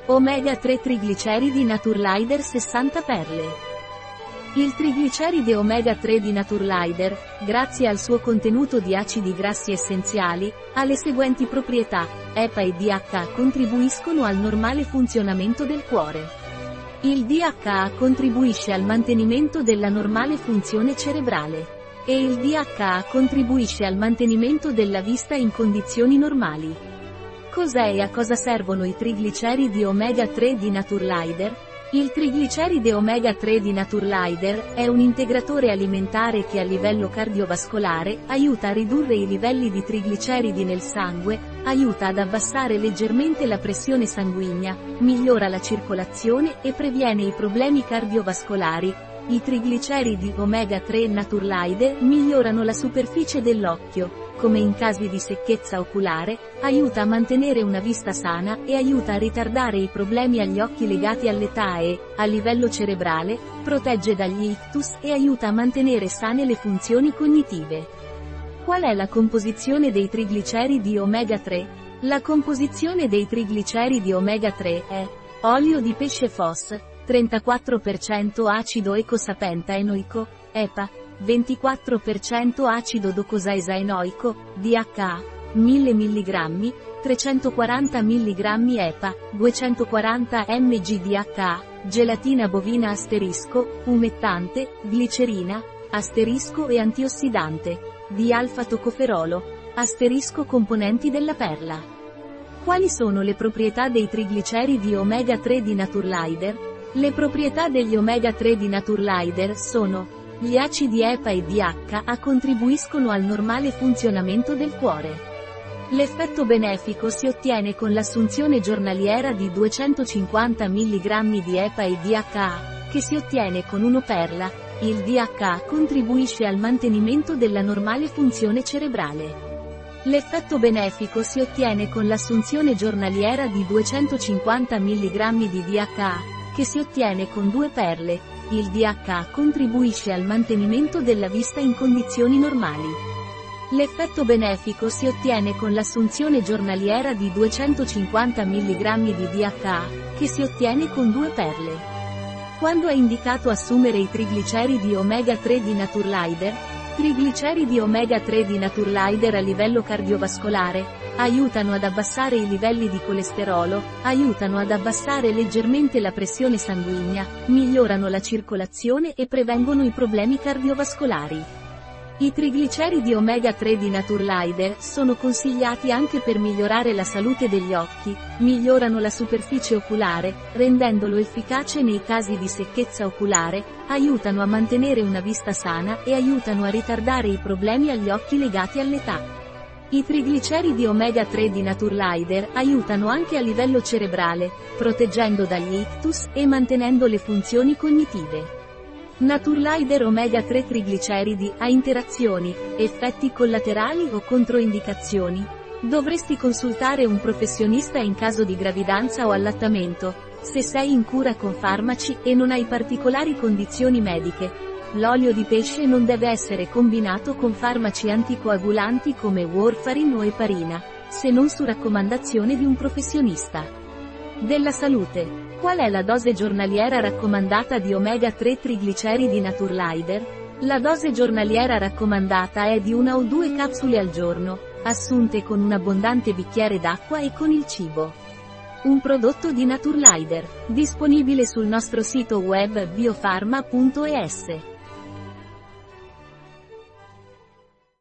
Omega 3 trigliceridi Naturlider 60 perle. Il trigliceride omega 3 di Naturlider, grazie al suo contenuto di acidi grassi essenziali, ha le seguenti proprietà: EPA e DHA contribuiscono al normale funzionamento del cuore. Il DHA contribuisce al mantenimento della normale funzione cerebrale. E il DHA contribuisce al mantenimento della vista in condizioni normali. Cos'è e a cosa servono i trigliceridi omega 3 di Naturlider? Il trigliceride omega 3 di Naturlider è un integratore alimentare che a livello cardiovascolare aiuta a ridurre i livelli di trigliceridi nel sangue, aiuta ad abbassare leggermente la pressione sanguigna, migliora la circolazione e previene i problemi cardiovascolari. I trigliceridi omega 3 Naturlider migliorano la superficie dell'occhio, come in casi di secchezza oculare, aiuta a mantenere una vista sana e aiuta a ritardare i problemi agli occhi legati all'età e, a livello cerebrale, protegge dagli ictus e aiuta a mantenere sane le funzioni cognitive. Qual è la composizione dei trigliceridi omega 3? La composizione dei trigliceridi omega 3 è olio di pesce FOS, 34% acido eicosapentaenoico, EPA, 24% acido docosahexaenoico, DHA, 1000 mg, 340 mg EPA, 240 mg DHA, gelatina bovina asterisco, umettante, glicerina, asterisco e antiossidante, D-alfa-tocoferolo, asterisco componenti della perla. Quali sono le proprietà dei trigliceridi omega 3 di Naturlider? Le proprietà degli omega 3 di Naturlider sono: gli acidi EPA e DHA contribuiscono al normale funzionamento del cuore. L'effetto benefico si ottiene con l'assunzione giornaliera di 250 mg di EPA e DHA, che si ottiene con una perla. Il DHA contribuisce al mantenimento della normale funzione cerebrale. L'effetto benefico si ottiene con l'assunzione giornaliera di 250 mg di DHA, che si ottiene con 2 perle. Il DHA contribuisce al mantenimento della vista in condizioni normali. L'effetto benefico si ottiene con l'assunzione giornaliera di 250 mg di DHA, che si ottiene con 2 perle. Quando è indicato assumere i trigliceridi omega 3 di Naturlider? Trigliceridi omega 3 di Naturlider a livello cardiovascolare aiutano ad abbassare i livelli di colesterolo, aiutano ad abbassare leggermente la pressione sanguigna, migliorano la circolazione e prevengono i problemi cardiovascolari. I trigliceridi omega 3 di Naturlider sono consigliati anche per migliorare la salute degli occhi, migliorano la superficie oculare, rendendolo efficace nei casi di secchezza oculare, aiutano a mantenere una vista sana e aiutano a ritardare i problemi agli occhi legati all'età. I trigliceridi omega 3 di Naturlider aiutano anche a livello cerebrale, proteggendo dagli ictus e mantenendo le funzioni cognitive. Naturlider omega 3 trigliceridi ha interazioni, effetti collaterali o controindicazioni? Dovresti consultare un professionista in caso di gravidanza o allattamento, se sei in cura con farmaci e non hai particolari condizioni mediche. L'olio di pesce non deve essere combinato con farmaci anticoagulanti come warfarin o eparina, se non su raccomandazione di un professionista della salute. Qual è la dose giornaliera raccomandata di omega 3 trigliceridi Naturlider? La dose giornaliera raccomandata è di 1 o 2 capsule al giorno, assunte con un abbondante bicchiere d'acqua e con il cibo. Un prodotto di Naturlider, disponibile sul nostro sito web biofarma.es.